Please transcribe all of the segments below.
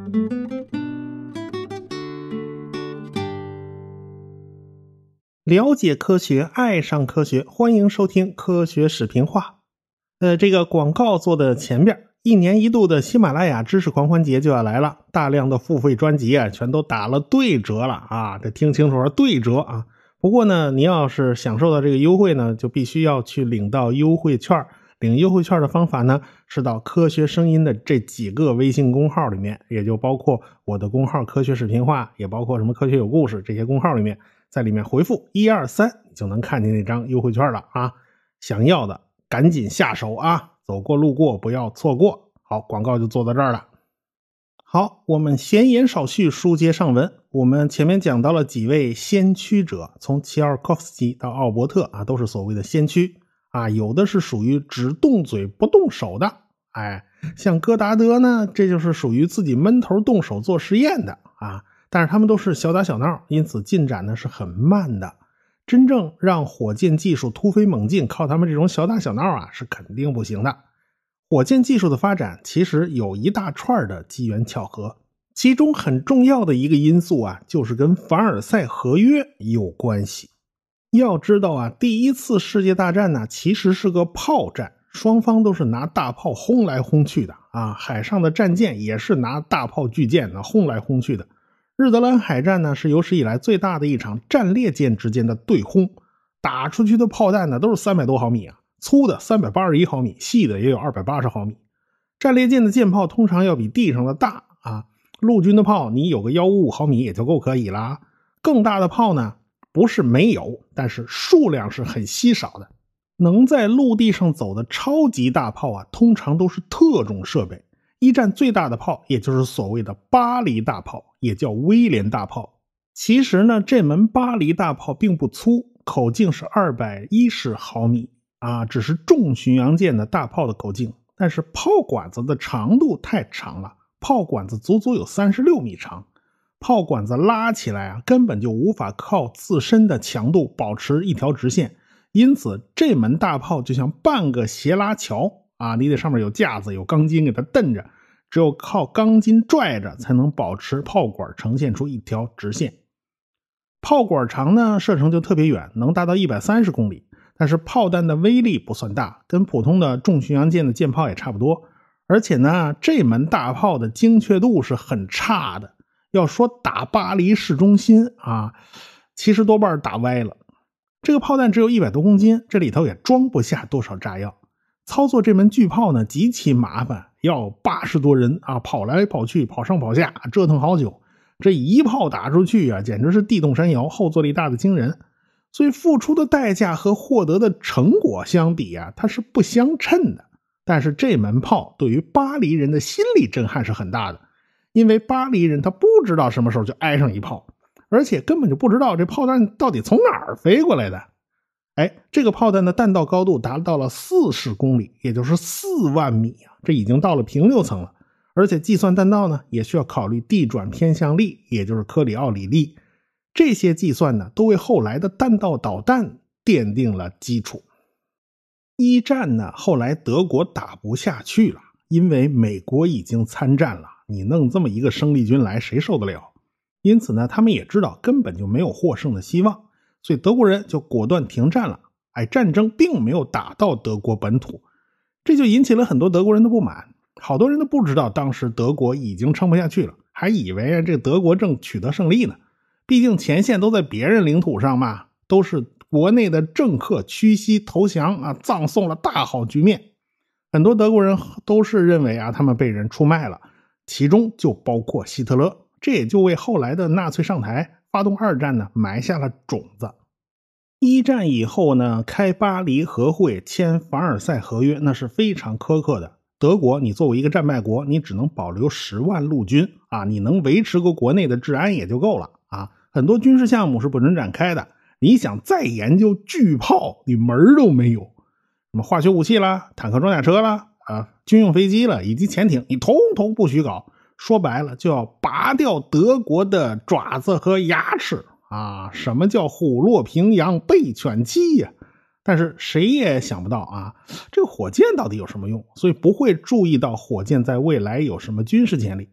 了解科学，爱上科学，欢迎收听科学视频化。这个广告做的前边，1年1度的喜马拉雅知识狂欢节就要来了，大量的付费专辑啊，全都打了对折了啊！这听清楚了，对折啊！不过呢，你要是享受到这个优惠呢，就必须要去领到优惠券。领优惠券的方法呢，是到科学声音的这几个微信公号里面，也就包括我的公号科学视频化，也包括什么科学有故事这些公号里面，在里面回复123，你就能看见那张优惠券了啊！想要的赶紧下手啊，走过路过不要错过。好，广告就做到这儿了。好，我们闲言少叙，书接上文。我们前面讲到了几位先驱者，从齐奥科夫斯基到奥伯特啊，都是所谓的先驱啊，有的是属于只动嘴不动手的，像戈达德呢，这就是属于自己闷头动手做实验的啊。但是他们都是小打小闹，因此进展呢是很慢的。真正让火箭技术突飞猛进，靠他们这种小打小闹啊，是肯定不行的。火箭技术的发展其实有一大串的机缘巧合，其中很重要的一个因素啊，就是跟凡尔赛合约有关系。要知道啊，第一次世界大战呢，其实是个炮战，双方都是拿大炮轰来轰去的啊，海上的战舰也是拿大炮巨舰呢轰来轰去的。日德兰海战呢，是有史以来最大的一场战列舰之间的对轰，打出去的炮弹呢都是300多毫米啊，粗的381毫米，细的也有280毫米。战列舰的舰炮通常要比地上的大啊，陆军的炮你有个155毫米也就够可以啦。更大的炮呢不是没有，但是数量是很稀少的。能在陆地上走的超级大炮啊，通常都是特种设备。一战最大的炮也就是所谓的巴黎大炮，也叫威廉大炮。其实呢，这门巴黎大炮并不粗，口径是210毫米啊，只是重巡洋舰的大炮的口径。但是炮管子的长度太长了，炮管子足足有36米长，炮管子拉起来啊，根本就无法靠自身的强度保持一条直线。因此这门大炮就像半个斜拉桥啊，你得上面有架子有钢筋给它蹬着，只有靠钢筋拽着才能保持炮管呈现出一条直线。炮管长呢，射程就特别远，能达到130公里，但是炮弹的威力不算大，跟普通的重巡洋舰的舰炮也差不多。而且呢，这门大炮的精确度是很差的，要说打巴黎市中心啊，其实多半打歪了。这个炮弹只有100多公斤，这里头也装不下多少炸药。操作这门巨炮呢极其麻烦，要80多人啊，跑来跑去，跑上跑下，折腾好久。这一炮打出去啊，简直是地动山摇，后坐力大的惊人。所以付出的代价和获得的成果相比啊，它是不相称的。但是这门炮对于巴黎人的心理震撼是很大的，因为巴黎人他不知道什么时候就挨上一炮，而且根本就不知道这炮弹到底从哪儿飞过来的。这个炮弹的弹道高度达到了40公里，也就是4万米啊，这已经到了平流层了。而且计算弹道呢，也需要考虑地转偏向力，也就是科里奥里力。这些计算呢，都为后来的弹道导弹奠定了基础。一战呢，后来德国打不下去了，因为美国已经参战了，你弄这么一个生力军来，谁受得了？因此呢，他们也知道根本就没有获胜的希望，所以德国人就果断停战了。战争并没有打到德国本土，这就引起了很多德国人的不满。好多人都不知道当时德国已经撑不下去了，还以为这德国正取得胜利呢。毕竟前线都在别人领土上嘛，都是国内的政客屈膝投降啊，葬送了大好局面。很多德国人都是认为啊，他们被人出卖了，其中就包括希特勒，这也就为后来的纳粹上台发动二战呢埋下了种子。一战以后呢，开巴黎和会，签凡尔赛合约，那是非常苛刻的。德国你作为一个战败国，你只能保留10万陆军啊，你能维持个国内的治安也就够了啊。很多军事项目是不准展开的，你想再研究巨炮，你门儿都没有。什么化学武器啦，坦克装甲车啦，军用飞机了，以及潜艇，你统统不许搞。说白了，就要拔掉德国的爪子和牙齿啊！什么叫虎落平阳被犬欺呀？但是谁也想不到啊，这个火箭到底有什么用？所以不会注意到火箭在未来有什么军事潜力。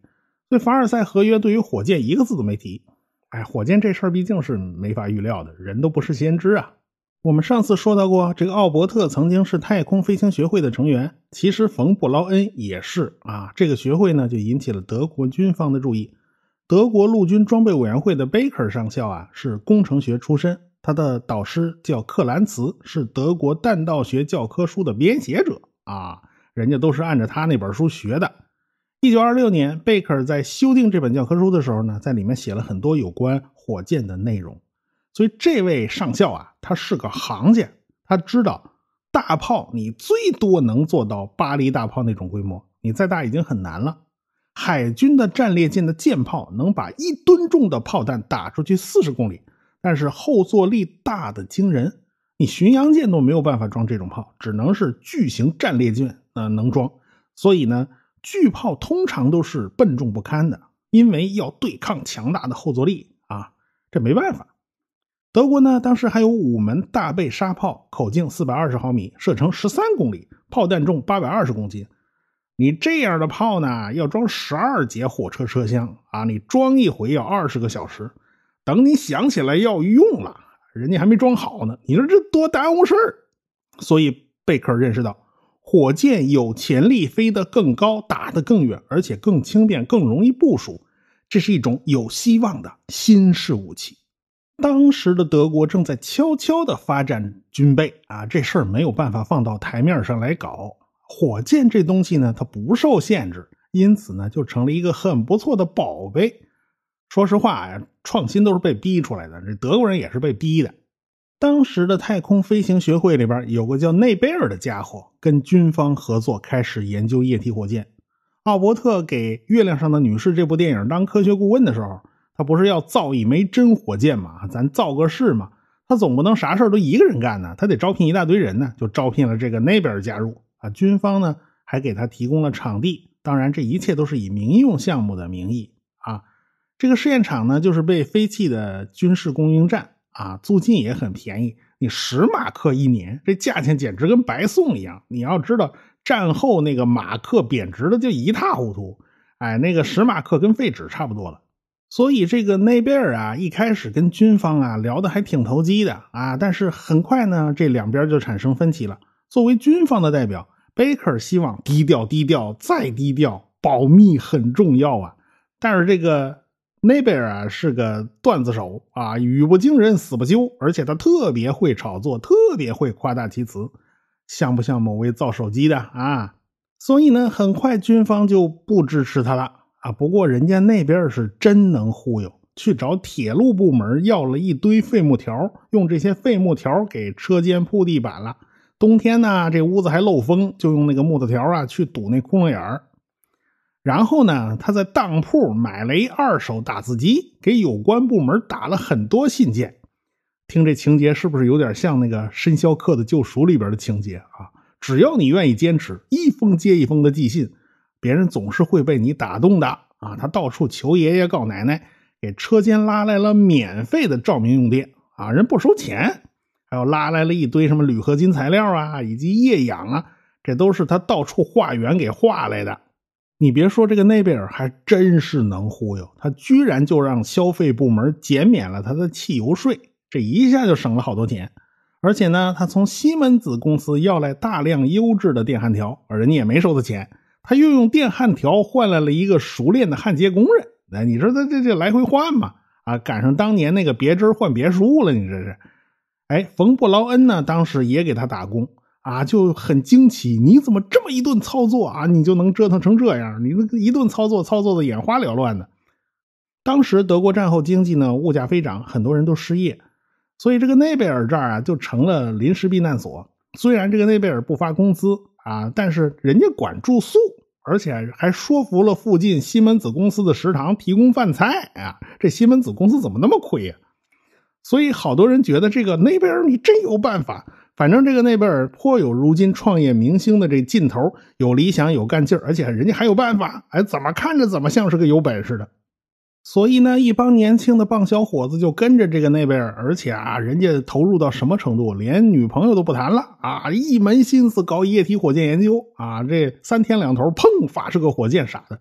所以凡尔赛合约对于火箭一个字都没提。火箭这事儿毕竟是没法预料的，人都不是先知啊。我们上次说到过，这个奥伯特曾经是太空飞行学会的成员，其实冯布劳恩也是啊。这个学会呢就引起了德国军方的注意。德国陆军装备委员会的贝克上校啊是工程学出身，他的导师叫克兰茨，是德国弹道学教科书的编写者啊，人家都是按照他那本书学的。1926年，贝克在修订这本教科书的时候呢，在里面写了很多有关火箭的内容。所以这位上校啊，他是个行家，他知道大炮你最多能做到巴黎大炮那种规模，你再大已经很难了。海军的战列舰的舰炮能把1吨重的炮弹打出去40公里，但是后坐力大的惊人，你巡洋舰都没有办法装这种炮，只能是巨型战列舰能装。所以呢，巨炮通常都是笨重不堪的，因为要对抗强大的后坐力啊，这没办法。德国呢，当时还有5门大倍沙炮，口径420毫米，射程13公里，炮弹重820公斤。你这样的炮呢，要装12节火车车厢啊，你装一回要20个小时。等你想起来要用了，人家还没装好呢，你说这多耽误事儿。所以贝克认识到，火箭有潜力飞得更高，打得更远，而且更轻便，更容易部署，这是一种有希望的新式武器。当时的德国正在悄悄地发展军备啊，这事儿没有办法放到台面上来搞。火箭这东西呢，它不受限制，因此呢，就成了一个很不错的宝贝。说实话呀，创新都是被逼出来的，这德国人也是被逼的。当时的太空飞行学会里边有个叫内贝尔的家伙，跟军方合作开始研究液体火箭。奥伯特给《月亮上的女士》这部电影当科学顾问的时候，他不是要造一枚真火箭吗？咱造个试嘛，他总不能啥事都一个人干呢，他得招聘一大堆人呢，就招聘了这个内贝尔加入啊。军方呢还给他提供了场地，当然这一切都是以民用项目的名义啊。这个试验场呢就是被废弃的军事供应站啊，租金也很便宜，你10马克1年，这价钱简直跟白送一样。你要知道战后那个马克贬值的就一塌糊涂，那个10马克跟废纸差不多了。所以这个内贝尔啊，一开始跟军方啊聊得还挺投机的啊，但是很快呢，这两边就产生分歧了。作为军方的代表，贝克希望低调低调再低调，保密很重要啊。但是这个内贝尔啊是个段子手啊，语不惊人死不休，而且他特别会炒作，特别会夸大其词，像不像某位造手机的啊？所以呢，很快军方就不支持他了啊。不过人家那边是真能忽悠，去找铁路部门要了一堆废木条，用这些废木条给车间铺地板了。冬天呢，这屋子还漏风，就用那个木头条啊去堵那窟窿眼儿。然后呢，他在当铺买了一2手打字机，给有关部门打了很多信件。听这情节是不是有点像那个《申肖克的救赎》里边的情节啊？只要你愿意坚持，一封接一封的寄信，别人总是会被你打动的啊！他到处求爷爷告奶奶，给车间拉来了免费的照明用电啊，人不收钱，还有拉来了一堆什么铝合金材料啊，以及液氧啊，这都是他到处化缘给化来的。你别说，这个内贝尔还真是能忽悠，他居然就让消费部门减免了他的汽油税，这一下就省了好多钱。而且呢，他从西门子公司要来大量优质的电焊条，人家也没收他钱，他又用电焊条换来了一个熟练的焊接工人。你说他这来回换嘛？啊，赶上当年那个别针换别墅了，你这是。冯布劳恩呢，当时也给他打工啊，就很惊奇，你怎么这么一顿操作啊，你就能折腾成这样？你那个一顿操作的眼花缭乱的。当时德国战后经济呢，物价飞涨，很多人都失业，所以这个内贝尔这儿啊就成了临时避难所。虽然这个内贝尔不发工资啊，但是人家管住宿，而且还说服了附近西门子公司的食堂提供饭菜啊。这西门子公司怎么那么亏啊？所以好多人觉得这个内贝尔你真有办法。反正这个内贝尔颇有如今创业明星的这劲头，有理想有干劲儿，而且人家还有办法，怎么看着怎么像是个有本事的。所以呢，一帮年轻的棒小伙子就跟着这个内贝尔，而且人家投入到什么程度，连女朋友都不谈了啊，一门心思搞液体火箭研究啊，这3天2头砰发射个火箭啥的。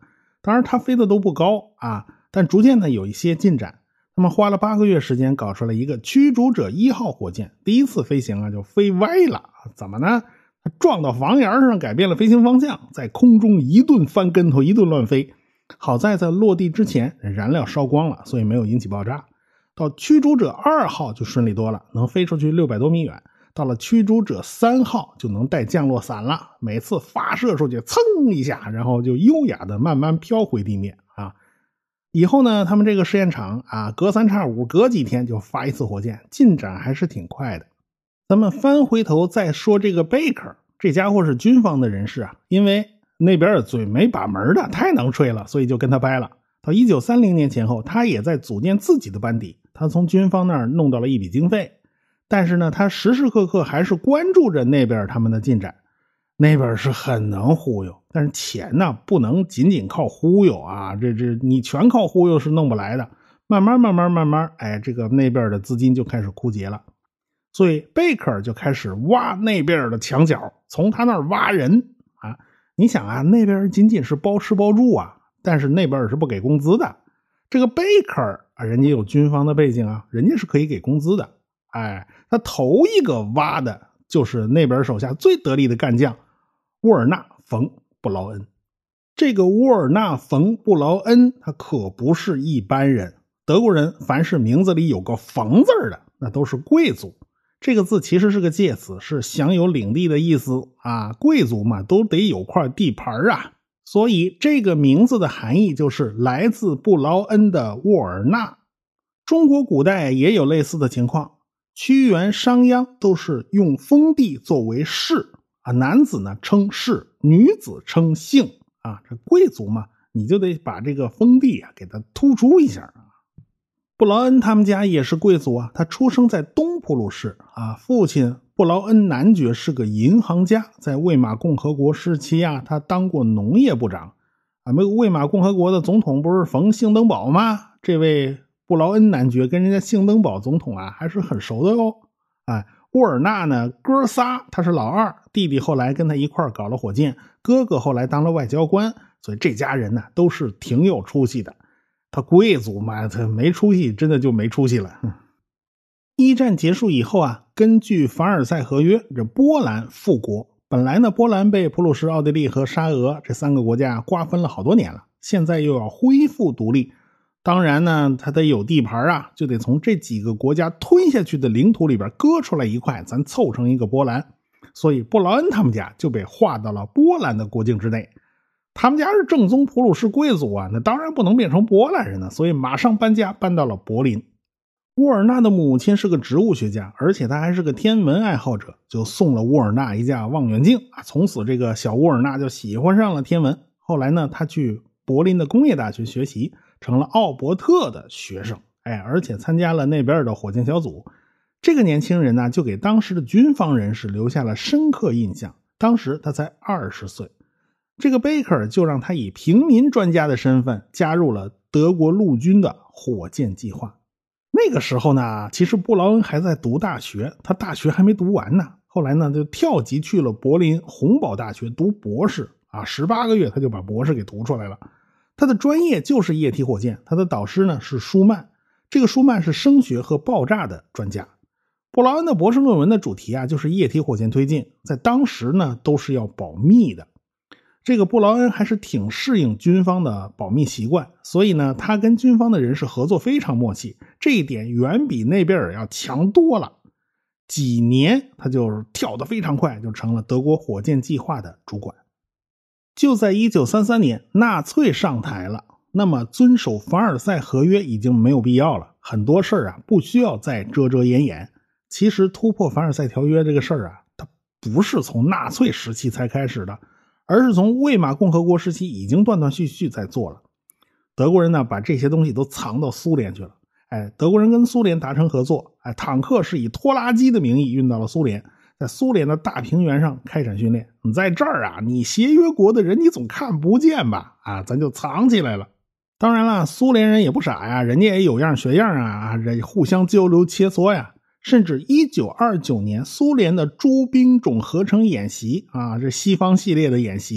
当然它飞的都不高啊，但逐渐呢有一些进展。他们花了8个月时间搞出了一个驱逐者1号火箭，第一次飞行啊就飞歪了，怎么呢？它撞到房檐上，改变了飞行方向，在空中一顿翻跟头，一顿乱飞。好在在落地之前燃料烧光了，所以没有引起爆炸。到驱逐者2号就顺利多了，能飞出去600多米远。到了驱逐者3号就能带降落伞了，每次发射出去噌一下，然后就优雅的慢慢飘回地面啊。以后呢，他们这个试验场啊，隔三差五隔几天就发一次火箭，进展还是挺快的。咱们翻回头再说这个贝克，这家伙是军方的人士啊，因为那边的嘴没把门的，太能吹了，所以就跟他掰了。到1930年前后，他也在组建自己的班底，他从军方那儿弄到了一笔经费。但是呢，他时时刻刻还是关注着那边他们的进展。那边是很能忽悠，但是钱呢不能仅仅靠忽悠啊，这你全靠忽悠是弄不来的。慢慢，哎，这个那边的资金就开始枯竭了。所以贝克就开始挖那边的墙角，从他那儿挖人啊。你想啊，那边仅仅是包吃包住啊，但是那边是不给工资的。这个贝克啊，人家有军方的背景啊，人家是可以给工资的。哎，他头一个挖的就是那边手下最得力的干将沃尔纳·冯·布劳恩。这个沃尔纳·冯·布劳恩他可不是一般人，德国人凡是名字里有个冯字的那都是贵族。这个字其实是个介词，是享有领地的意思啊，贵族嘛都得有块地盘啊，所以这个名字的含义就是来自布劳恩的沃尔纳。中国古代也有类似的情况，屈原、商鞅都是用封地作为氏啊，男子呢称氏，女子称姓啊，这贵族嘛，你就得把这个封地啊给它突出一下啊。布劳恩他们家也是贵族啊，他出生在东普鲁士啊，父亲布劳恩男爵是个银行家，在魏玛共和国时期啊，他当过农业部长啊。魏玛共和国的总统不是冯兴登堡吗？这位布劳恩男爵跟人家兴登堡总统啊还是很熟的哦。哎，沃尔纳呢，哥仨，他是老二，弟弟后来跟他一块搞了火箭，哥哥后来当了外交官，所以这家人呢都是挺有出息的。他贵族嘛，他没出息，真的就没出息了。一战结束以后啊，根据凡尔赛合约，这波兰复国。本来呢，波兰被普鲁士、奥地利和沙俄这3个国家瓜分了好多年了，现在又要恢复独立。当然呢，他得有地盘啊，就得从这几个国家吞下去的领土里边割出来一块，咱凑成一个波兰。所以布劳恩他们家就被划到了波兰的国境之内。他们家是正宗普鲁士贵族啊，那当然不能变成波兰人呢，所以马上搬家搬到了柏林。沃尔纳的母亲是个植物学家，而且他还是个天文爱好者，就送了沃尔纳一架望远镜啊，从此这个小沃尔纳就喜欢上了天文。后来呢，他去柏林的工业大学学习，成了奥伯特的学生，哎，而且参加了那边的火箭小组。这个年轻人呢，就给当时的军方人士留下了深刻印象。当时他才20岁，这个贝克就让他以平民专家的身份加入了德国陆军的火箭计划。那个时候呢，其实布劳恩还在读大学，他大学还没读完呢。后来呢，就跳级去了柏林洪堡大学读博士啊，18个月他就把博士给读出来了。他的专业就是液体火箭，他的导师呢是舒曼，这个舒曼是声学和爆炸的专家。布劳恩的博士论文的主题啊就是液体火箭推进，在当时呢都是要保密的。这个布劳恩还是挺适应军方的保密习惯，所以呢他跟军方的人士合作非常默契，这一点远比内贝尔要强多了。几年他就跳得非常快，就成了德国火箭计划的主管。就在1933年，纳粹上台了，那么遵守凡尔赛合约已经没有必要了，很多事啊不需要再遮遮掩掩。其实突破凡尔赛条约这个事啊，它不是从纳粹时期才开始的，而是从魏玛共和国时期已经断断续续在做了。德国人呢把这些东西都藏到苏联去了。哎，德国人跟苏联达成合作，哎，坦克是以拖拉机的名义运到了苏联，在苏联的大平原上开展训练。你在这儿啊，你协约国的人你总看不见吧？啊，咱就藏起来了。当然了，苏联人也不傻呀，人家也有样学样啊，互相交流切磋呀。甚至1929年苏联的诸兵种合成演习啊，这西方系列的演习，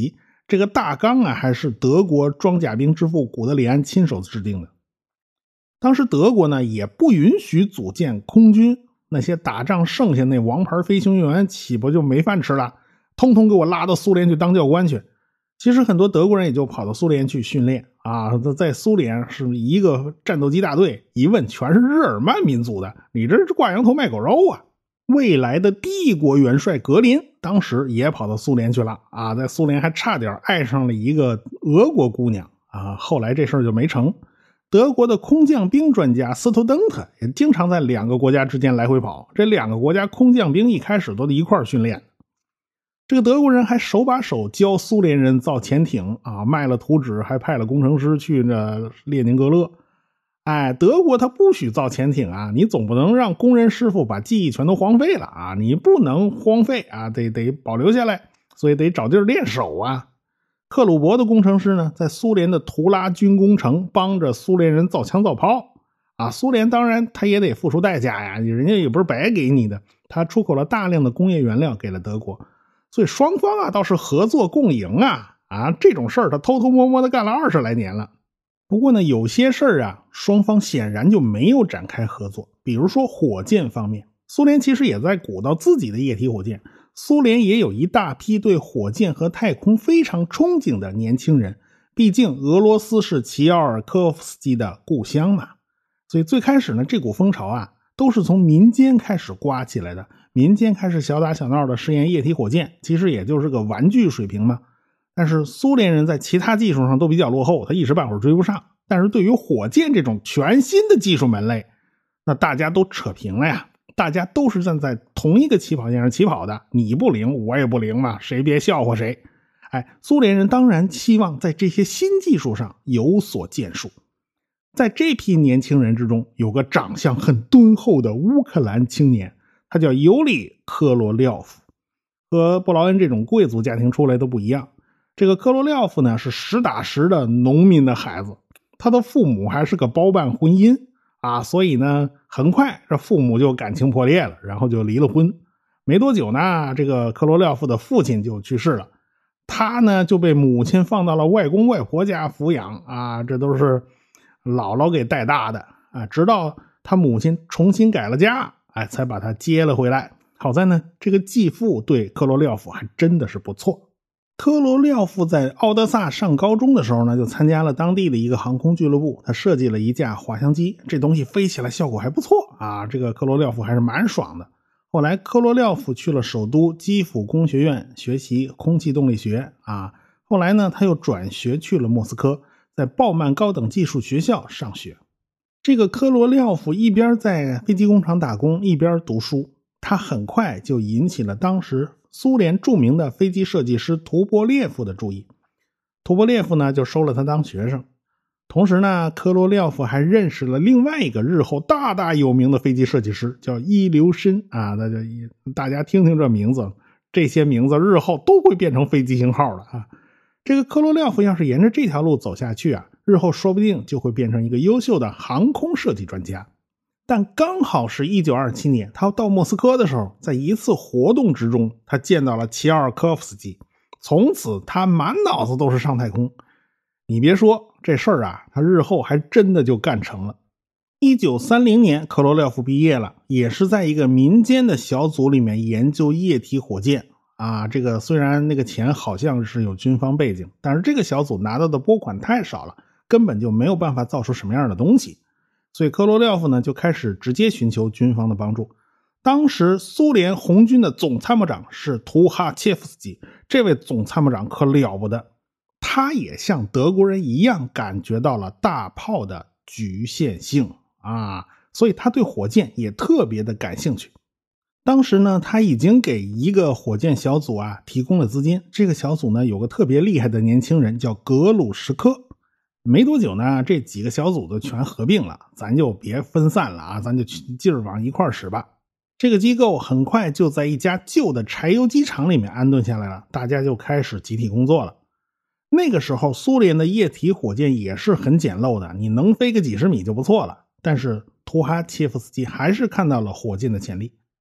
这个大纲啊还是德国装甲兵之父古德里安亲手制定的。当时德国呢也不允许组建空军，那些打仗剩下那王牌飞行员岂不就没饭吃了，通通给我拉到苏联去当教官去。其实很多德国人也就跑到苏联去训练啊，在苏联是一个战斗机大队，一问全是日耳曼民族的，你这是挂羊头卖狗肉啊。未来的帝国元帅格林当时也跑到苏联去了啊，在苏联还差点爱上了一个俄国姑娘啊，后来这事儿就没成。德国的空降兵专家斯图登特也经常在两个国家之间来回跑，这两个国家空降兵一开始都得一块儿训练。这个德国人还手把手教苏联人造潜艇啊，卖了图纸，还派了工程师去列宁格勒。德国他不许造潜艇啊，你总不能让工人师傅把技艺全都荒废了啊，你不能荒废啊，得保留下来，所以得找地儿练手啊。克鲁伯的工程师呢，在苏联的图拉军工城帮着苏联人造枪造炮啊，苏联当然他也得付出代价呀，人家也不是白给你的，他出口了大量的工业原料给了德国，所以双方啊倒是合作共赢啊，这种事儿他偷偷摸摸的干了20来年了。不过呢，有些事儿啊，双方显然就没有展开合作，比如说火箭方面，苏联其实也在鼓捣自己的液体火箭。苏联也有一大批对火箭和太空非常憧憬的年轻人，毕竟俄罗斯是齐奥尔科夫斯基的故乡嘛。所以最开始呢，这股风潮啊，都是从民间开始刮起来的。民间开始小打小闹的试验液体火箭，其实也就是个玩具水平嘛。但是苏联人在其他技术上都比较落后，他一时半会儿追不上。但是对于火箭这种全新的技术门类，那大家都扯平了呀。大家都是站在同一个起跑线上起跑的，你不灵我也不灵嘛，谁别笑话谁。苏联人当然期望在这些新技术上有所建树。在这批年轻人之中，有个长相很敦厚的乌克兰青年，他叫尤里科罗廖夫，和布劳恩这种贵族家庭出来都不一样。这个科罗廖夫呢是实打实的农民的孩子，他的父母还是个包办婚姻所以呢很快这父母就感情破裂了，然后就离了婚。没多久呢，这个科罗廖夫的父亲就去世了，他呢就被母亲放到了外公外婆家抚养这都是姥姥给带大的直到他母亲重新改了家才把他接了回来。好在呢，这个继父对科罗廖夫还真的是不错。科罗廖夫在奥德萨上高中的时候呢，就参加了当地的一个航空俱乐部，他设计了一架滑翔机，这东西飞起来效果还不错这个科罗廖夫还是蛮爽的。后来科罗廖夫去了首都基辅工学院学习空气动力学后来呢他又转学去了莫斯科，在鲍曼高等技术学校上学。这个科罗廖夫一边在飞机工厂打工，一边读书，他很快就引起了当时苏联著名的飞机设计师图波列夫的注意。图波列夫呢就收了他当学生。同时呢，科罗廖夫还认识了另外一个日后大大有名的飞机设计师，叫伊留申那就大家听听这名字，这些名字日后都会变成飞机型号了这个科罗廖夫要是沿着这条路走下去日后说不定就会变成一个优秀的航空设计专家。但刚好是1927年，他到莫斯科的时候，在一次活动之中，他见到了齐奥尔科夫斯基，从此他满脑子都是上太空。你别说，这事儿他日后还真的就干成了。1930年，科罗廖夫毕业了，也是在一个民间的小组里面研究液体火箭这个虽然那个钱好像是有军方背景，但是这个小组拿到的拨款太少了，根本就没有办法造出什么样的东西。所以科罗廖夫呢就开始直接寻求军方的帮助。当时苏联红军的总参谋长是图哈切夫斯基，这位总参谋长可了不得，他也像德国人一样感觉到了大炮的局限性所以他对火箭也特别的感兴趣。当时呢，他已经给一个火箭小组提供了资金。这个小组呢有个特别厉害的年轻人叫格鲁什科。没多久呢，这几个小组都全合并了，咱就别分散了咱就劲儿往一块使吧。这个机构很快就在一家旧的柴油机厂里面安顿下来了，大家就开始集体工作了。那个时候苏联的液体火箭也是很简陋的，你能飞个几十米就不错了。但是图哈切夫斯基还是看到了火箭的潜力。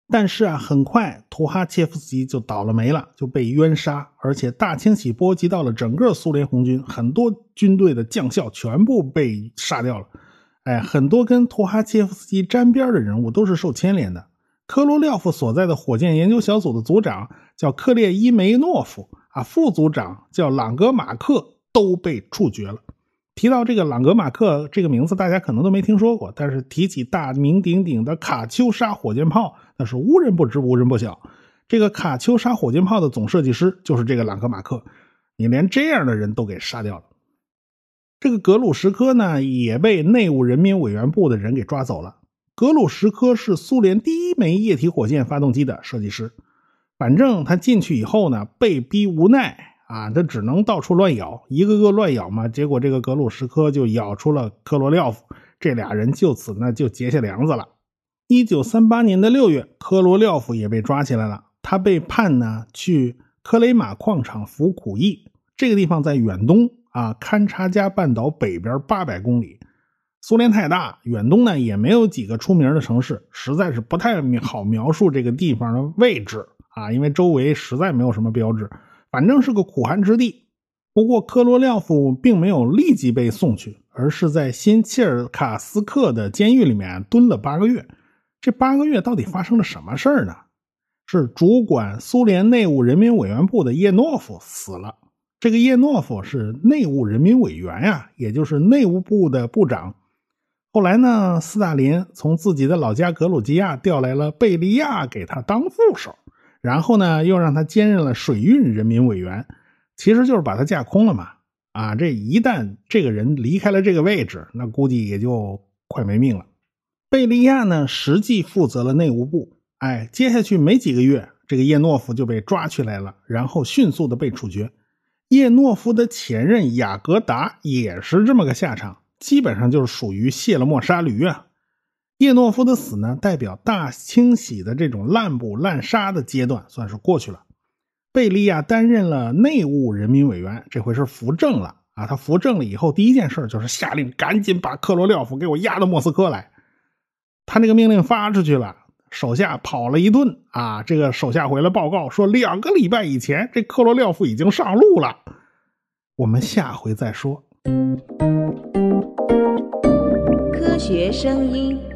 但是很快图哈切夫斯基就倒了霉了，就被冤杀，而且大清洗波及到了整个苏联红军，很多军队的将校全部被杀掉了。很多跟图哈切夫斯基沾边的人物都是受牵连的。科罗廖夫所在的火箭研究小组的组长叫克列伊梅诺夫副组长叫朗格马克都被处决了。提到这个朗格马克这个名字大家可能都没听说过，但是提起大名鼎鼎的卡秋莎火箭炮，那是无人不知无人不晓。这个卡秋莎火箭炮的总设计师就是这个朗格马克，你连这样的人都给杀掉了。这个格鲁什科呢也被内务人民委员部的人给抓走了。格鲁什科是苏联第一枚液体火箭发动机的设计师，反正他进去以后呢被逼无奈他只能到处乱咬，一个个乱咬嘛，结果这个格鲁什科就咬出了科罗廖夫，这俩人就此呢就结下梁子了。1938年的6月，科罗廖夫也被抓起来了，他被判呢去科雷马矿场服苦役，这个地方在远东勘察加半岛北边800公里。苏联太大，远东呢也没有几个出名的城市，实在是不太好描述这个地方的位置因为周围实在没有什么标志，反正是个苦寒之地。不过科罗廖夫并没有立即被送去，而是在新切尔卡斯克的监狱里面蹲了8个月。这8个月到底发生了什么事儿呢？是主管苏联内务人民委员部的叶诺夫死了。这个叶诺夫是内务人民委员也就是内务部的部长。后来呢，斯大林从自己的老家格鲁吉亚调来了贝利亚给他当副手，然后呢又让他兼任了水运人民委员，其实就是把他架空了嘛。这一旦这个人离开了这个位置，那估计也就快没命了。贝利亚呢实际负责了内务部，接下去没几个月，这个叶诺夫就被抓去来了，然后迅速的被处决。叶诺夫的前任雅格达也是这么个下场，基本上就是属于卸了磨杀驴叶诺夫的死呢，代表大清洗的这种滥捕滥杀的阶段算是过去了。贝利亚担任了内务人民委员，这回是扶正了他扶正了以后，第一件事就是下令赶紧把克罗廖夫给我押到莫斯科来。他这个命令发出去了，手下跑了一顿这个手下回来报告说2个礼拜以前这克罗廖夫已经上路了。我们下回再说。 科学声音。